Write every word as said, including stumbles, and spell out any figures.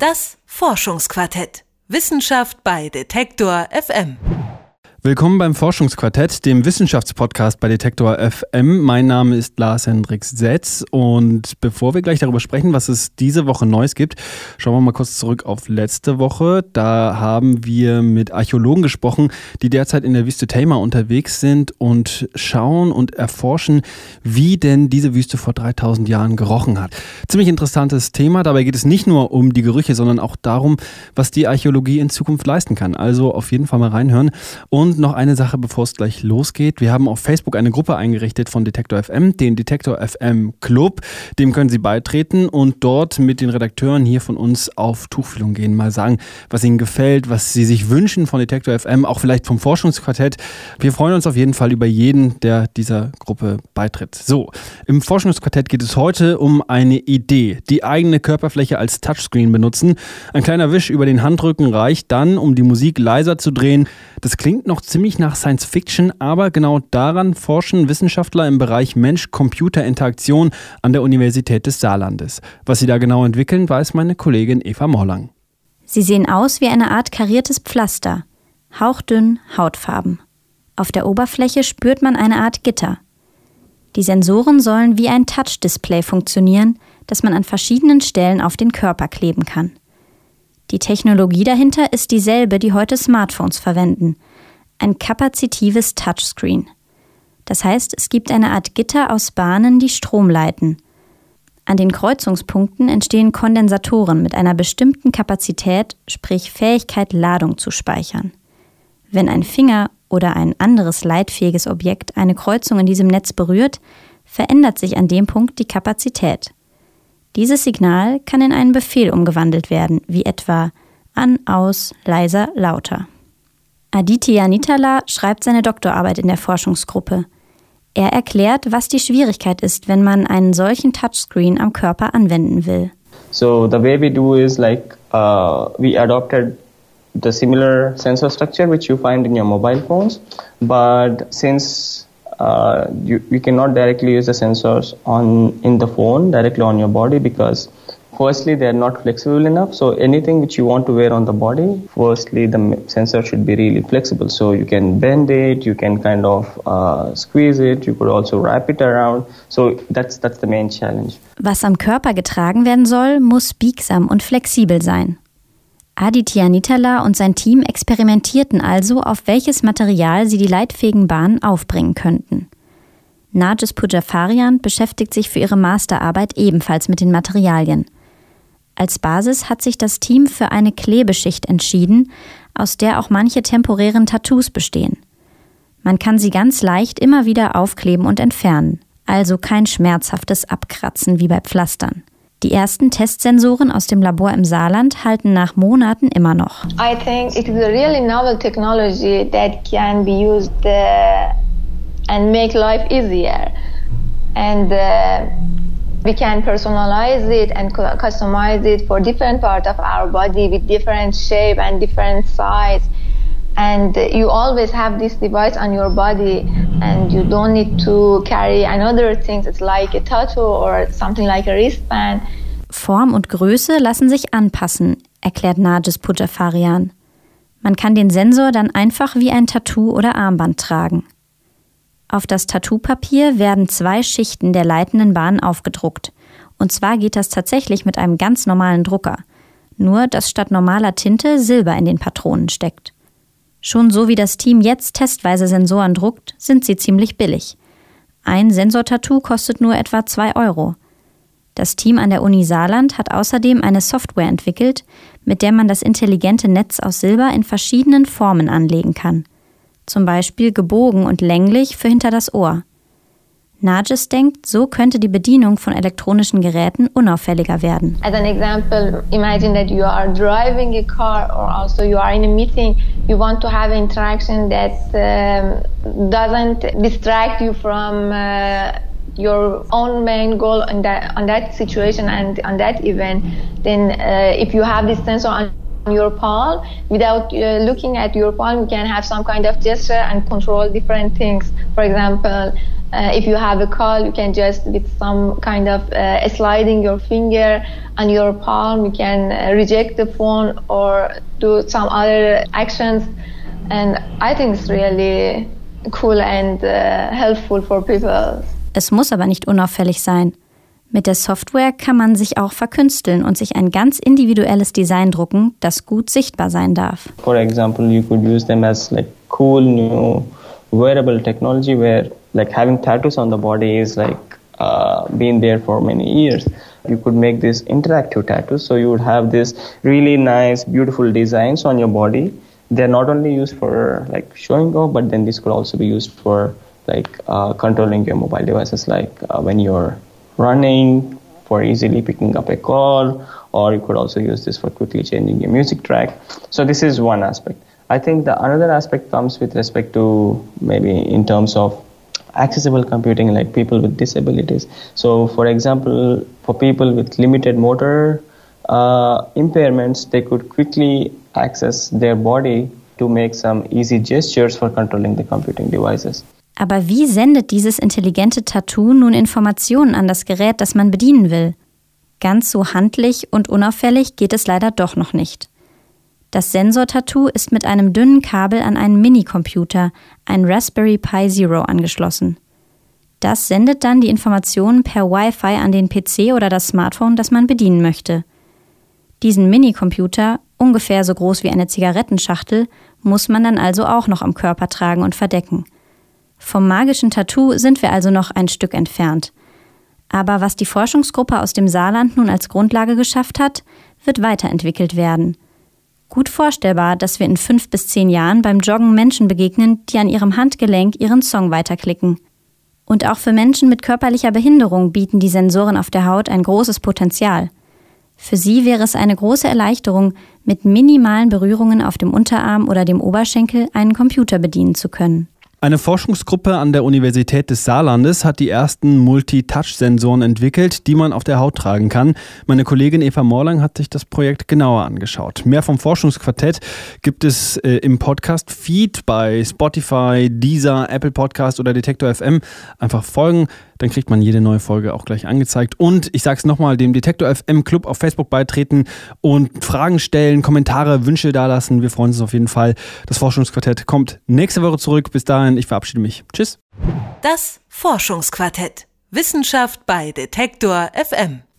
Das Forschungsquartett. Wissenschaft bei Detektor F M. Willkommen beim Forschungsquartett, dem Wissenschaftspodcast bei Detektor F M. Mein Name ist Lars Hendrik Setz und bevor wir gleich darüber sprechen, was es diese Woche Neues gibt, schauen wir mal kurz zurück auf letzte Woche. Da haben wir mit Archäologen gesprochen, die derzeit in der Wüste Tayma unterwegs sind und schauen und erforschen, wie denn diese Wüste vor dreitausend Jahren gerochen hat. Ziemlich interessantes Thema. Dabei geht es nicht nur um die Gerüche, sondern auch darum, was die Archäologie in Zukunft leisten kann. Also auf jeden Fall mal reinhören. Und noch eine Sache, bevor es gleich losgeht. Wir haben auf Facebook eine Gruppe eingerichtet von Detektor F M, den Detektor F M Club. Dem können Sie beitreten und dort mit den Redakteuren hier von uns auf Tuchfühlung gehen. Mal sagen, was Ihnen gefällt, was Sie sich wünschen von Detektor F M, auch vielleicht vom Forschungsquartett. Wir freuen uns auf jeden Fall über jeden, der dieser Gruppe beitritt. So, im Forschungsquartett geht es heute um eine Idee. Die eigene Körperfläche als Touchscreen benutzen. Ein kleiner Wisch über den Handrücken reicht dann, um die Musik leiser zu drehen. Das klingt noch ziemlich nach Science Fiction, aber genau daran forschen Wissenschaftler im Bereich Mensch-Computer-Interaktion an der Universität des Saarlandes. Was sie da genau entwickeln, weiß meine Kollegin Eva Morlang. Sie sehen aus wie eine Art kariertes Pflaster, hauchdünn, hautfarben. Auf der Oberfläche spürt man eine Art Gitter. Die Sensoren sollen wie ein Touch-Display funktionieren, das man an verschiedenen Stellen auf den Körper kleben kann. Die Technologie dahinter ist dieselbe, die heute Smartphones verwenden. Ein kapazitives Touchscreen. Das heißt, es gibt eine Art Gitter aus Bahnen, die Strom leiten. An den Kreuzungspunkten entstehen Kondensatoren mit einer bestimmten Kapazität, sprich Fähigkeit, Ladung zu speichern. Wenn ein Finger oder ein anderes leitfähiges Objekt eine Kreuzung in diesem Netz berührt, verändert sich an dem Punkt die Kapazität. Dieses Signal kann in einen Befehl umgewandelt werden, wie etwa an, aus, leiser, lauter. Aditya Nitala schreibt seine Doktorarbeit in der Forschungsgruppe. Er erklärt, was die Schwierigkeit ist, wenn man einen solchen Touchscreen am Körper anwenden will. So the way we do is like uh, we adopted the similar sensor structure which you find in your mobile phones, but since Uh, you, you cannot directly use the sensors on in the phone directly on your body because firstly they are not flexible enough. So anything which you want to wear on the body, firstly the sensor should be really flexible. So you can bend it, you can kind of uh, squeeze it, you could also wrap it around. So that's that's the main challenge. Was am Körper getragen werden soll, muss biegsam und flexibel sein. Aditya Nitala und sein Team experimentierten also, auf welches Material sie die leitfähigen Bahnen aufbringen könnten. Narges Pujafarian beschäftigt sich für ihre Masterarbeit ebenfalls mit den Materialien. Als Basis hat sich das Team für eine Klebeschicht entschieden, aus der auch manche temporären Tattoos bestehen. Man kann sie ganz leicht immer wieder aufkleben und entfernen, also kein schmerzhaftes Abkratzen wie bei Pflastern. Die ersten Testsensoren aus dem Labor im Saarland halten nach Monaten immer noch. I think it is a really novel technology that can be used uh, and make life easier. And uh, we can personalize it and customize it for different parts of our body with different shape and different size. And you always have this device on your body and you don't need to carry another things. It's like a tattoo or something like a wristband. Form und Größe lassen sich anpassen, erklärt Narges Pujafarian. Man kann den Sensor dann einfach wie ein Tattoo oder Armband tragen. Auf das Tattoopapier werden zwei Schichten der leitenden Bahnen aufgedruckt. Und zwar geht das tatsächlich mit einem ganz normalen Drucker. Nur, dass statt normaler Tinte Silber in den Patronen steckt. Schon so wie das Team jetzt testweise Sensoren druckt, sind sie ziemlich billig. Ein Sensortattoo kostet nur etwa zwei Euro. Das Team an der Uni Saarland hat außerdem eine Software entwickelt, mit der man das intelligente Netz aus Silber in verschiedenen Formen anlegen kann. Zum Beispiel gebogen und länglich für hinter das Ohr. Narges denkt, so könnte die Bedienung von elektronischen Geräten unauffälliger werden. As an example, imagine that you are driving a car or also you are in a meeting. You want to have interaction that um, doesn't distract you from uh, your own main goal on that on that situation and on that event. Then uh, if you have this sensor on your palm, without uh, looking at your palm, you can have some kind of gesture and control different things. For example, Uh, if you have a call, you can just with some kind of uh, sliding your finger on your palm, you can uh, reject the phone or do some other actions. And I think it's really cool and uh, helpful for people. Es muss aber nicht unauffällig sein. Mit der Software kann man sich auch verkünsteln und sich ein ganz individuelles Design drucken, das gut sichtbar sein darf. For example, you could use them as like cool new wearable technology where like having tattoos on the body is like uh, been there for many years. You could make this interactive tattoos, so you would have this really nice, beautiful designs on your body. They're not only used for like showing off, but then this could also be used for like uh, controlling your mobile devices, like uh, when you're running, for easily picking up a call, or you could also use this for quickly changing your music track. So this is one aspect. I think the another aspect comes with respect to maybe in terms of accessible computing, like people with disabilities. So for example, for people with limited motor uh, impairments, they could quickly access their body to make some easy gestures for controlling the computing devices. Aber wie sendet dieses intelligente Tattoo nun Informationen an das Gerät, das man bedienen will? Ganz so handlich und unauffällig geht es leider doch noch nicht. Das Sensor-Tattoo ist mit einem dünnen Kabel an einen Minicomputer, ein Raspberry Pi Zero, angeschlossen. Das sendet dann die Informationen per Wi-Fi an den P C oder das Smartphone, das man bedienen möchte. Diesen Minicomputer, ungefähr so groß wie eine Zigarettenschachtel, muss man dann also auch noch am Körper tragen und verdecken. Vom magischen Tattoo sind wir also noch ein Stück entfernt. Aber was die Forschungsgruppe aus dem Saarland nun als Grundlage geschafft hat, wird weiterentwickelt werden. Gut vorstellbar, dass wir in fünf bis zehn Jahren beim Joggen Menschen begegnen, die an ihrem Handgelenk ihren Song weiterklicken. Und auch für Menschen mit körperlicher Behinderung bieten die Sensoren auf der Haut ein großes Potenzial. Für sie wäre es eine große Erleichterung, mit minimalen Berührungen auf dem Unterarm oder dem Oberschenkel einen Computer bedienen zu können. Eine Forschungsgruppe an der Universität des Saarlandes hat die ersten Multi-Touch-Sensoren entwickelt, die man auf der Haut tragen kann. Meine Kollegin Eva Morlang hat sich das Projekt genauer angeschaut. Mehr vom Forschungsquartett gibt es äh, im Podcast-Feed bei Spotify, Deezer, Apple Podcast oder Detektor F M. Einfach folgen, dann kriegt man jede neue Folge auch gleich angezeigt. Und ich sag's nochmal, dem Detektor F M Club auf Facebook beitreten und Fragen stellen, Kommentare, Wünsche dalassen. Wir freuen uns auf jeden Fall. Das Forschungsquartett kommt nächste Woche zurück. Bis dahin, ich verabschiede mich. Tschüss. Das Forschungsquartett. Wissenschaft bei Detektor F M.